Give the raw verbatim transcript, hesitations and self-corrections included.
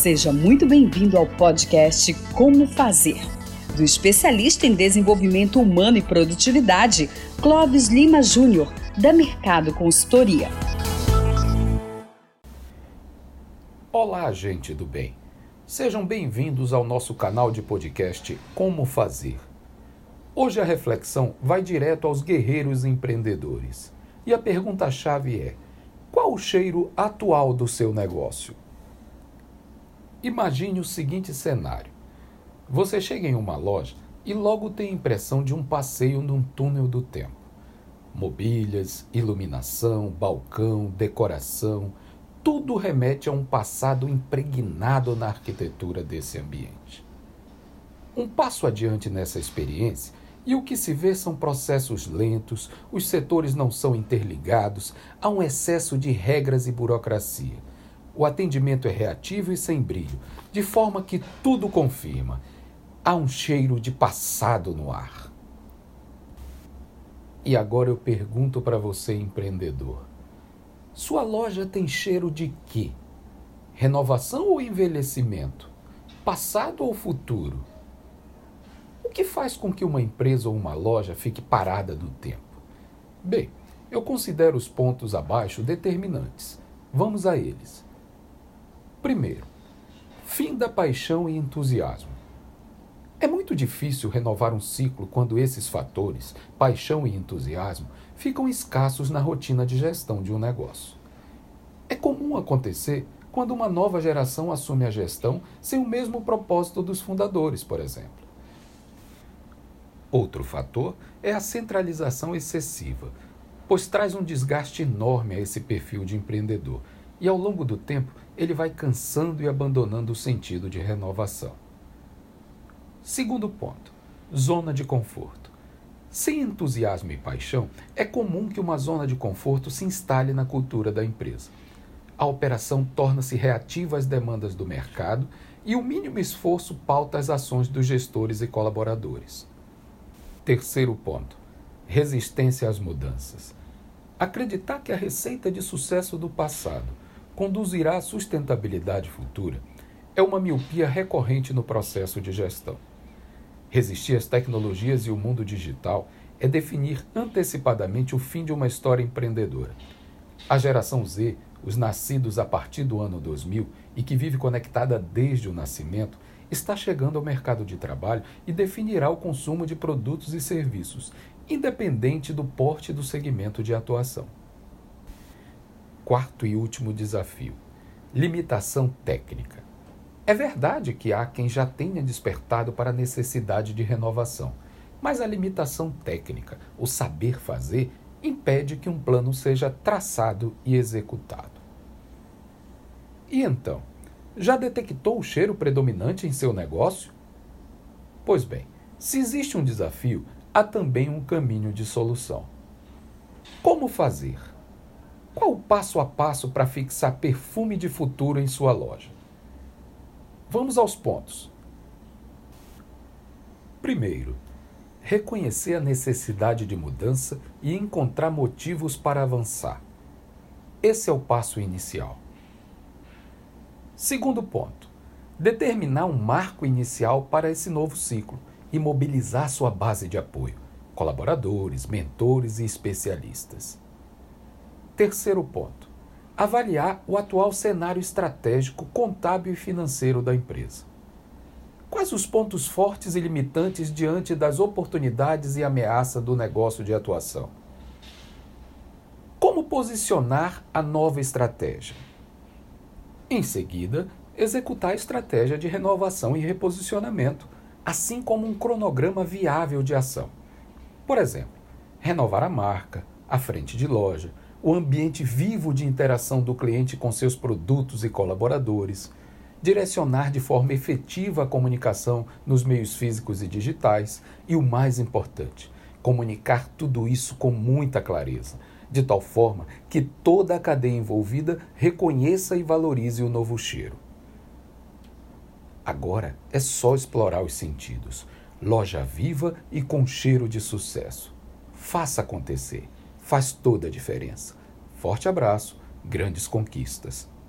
Seja muito bem-vindo ao podcast Como Fazer, do especialista em desenvolvimento humano e produtividade, Clóvis Lima Júnior, da Mercado Consultoria. Olá, gente do bem. Sejam bem-vindos ao nosso canal de podcast Como Fazer. Hoje a reflexão vai direto aos guerreiros empreendedores. E a pergunta-chave é: qual o cheiro atual do seu negócio? Imagine o seguinte cenário. Você chega em uma loja e logo tem a impressão de um passeio num túnel do tempo. Mobílias, iluminação, balcão, decoração, tudo remete a um passado impregnado na arquitetura desse ambiente. Um passo adiante nessa experiência, e o que se vê são processos lentos, os setores não são interligados, há um excesso de regras e burocracia. O atendimento é reativo e sem brilho, de forma que tudo confirma. Há um cheiro de passado no ar. E agora eu pergunto para você, empreendedor. Sua loja tem cheiro de quê? Renovação ou envelhecimento? Passado ou futuro? O que faz com que uma empresa ou uma loja fique parada no tempo? Bem, eu considero os pontos abaixo determinantes. Vamos a eles. Primeiro, fim da paixão e entusiasmo. É muito difícil renovar um ciclo quando esses fatores, paixão e entusiasmo, ficam escassos na rotina de gestão de um negócio. É comum acontecer quando uma nova geração assume a gestão sem o mesmo propósito dos fundadores, por exemplo. Outro fator é a centralização excessiva, pois traz um desgaste enorme a esse perfil de empreendedor, e ao longo do tempo ele vai cansando e abandonando o sentido de renovação. Segundo ponto, zona de conforto. Sem entusiasmo e paixão, é comum que uma zona de conforto se instale na cultura da empresa. A operação torna-se reativa às demandas do mercado e o mínimo esforço pauta as ações dos gestores e colaboradores. Terceiro ponto, resistência às mudanças. Acreditar que a receita de sucesso do passado conduzirá à sustentabilidade futura é uma miopia recorrente no processo de gestão. Resistir às tecnologias e o mundo digital é definir antecipadamente o fim de uma história empreendedora. A geração Z, os nascidos a partir do ano dois mil e que vive conectada desde o nascimento, está chegando ao mercado de trabalho e definirá o consumo de produtos e serviços, independente do porte do segmento de atuação. Quarto e último desafio: limitação técnica. É verdade que há quem já tenha despertado para a necessidade de renovação, mas a limitação técnica, o saber fazer, impede que um plano seja traçado e executado. E então, já detectou o cheiro predominante em seu negócio? Pois bem, se existe um desafio, há também um caminho de solução. Como fazer? Qual o passo a passo para fixar perfume de futuro em sua loja? Vamos aos pontos. Primeiro, reconhecer a necessidade de mudança e encontrar motivos para avançar. Esse é o passo inicial. Segundo ponto, determinar um marco inicial para esse novo ciclo e mobilizar sua base de apoio, colaboradores, mentores e especialistas. Terceiro ponto, avaliar o atual cenário estratégico, contábil e financeiro da empresa. Quais os pontos fortes e limitantes diante das oportunidades e ameaças do negócio de atuação? Como posicionar a nova estratégia? Em seguida, executar a estratégia de renovação e reposicionamento, assim como um cronograma viável de ação. Por exemplo, renovar a marca, a frente de loja, o ambiente vivo de interação do cliente com seus produtos e colaboradores, direcionar de forma efetiva a comunicação nos meios físicos e digitais e, o mais importante, comunicar tudo isso com muita clareza, de tal forma que toda a cadeia envolvida reconheça e valorize o novo cheiro. Agora é só explorar os sentidos. Loja viva e com cheiro de sucesso. Faça acontecer. Faz toda a diferença. Forte abraço, grandes conquistas.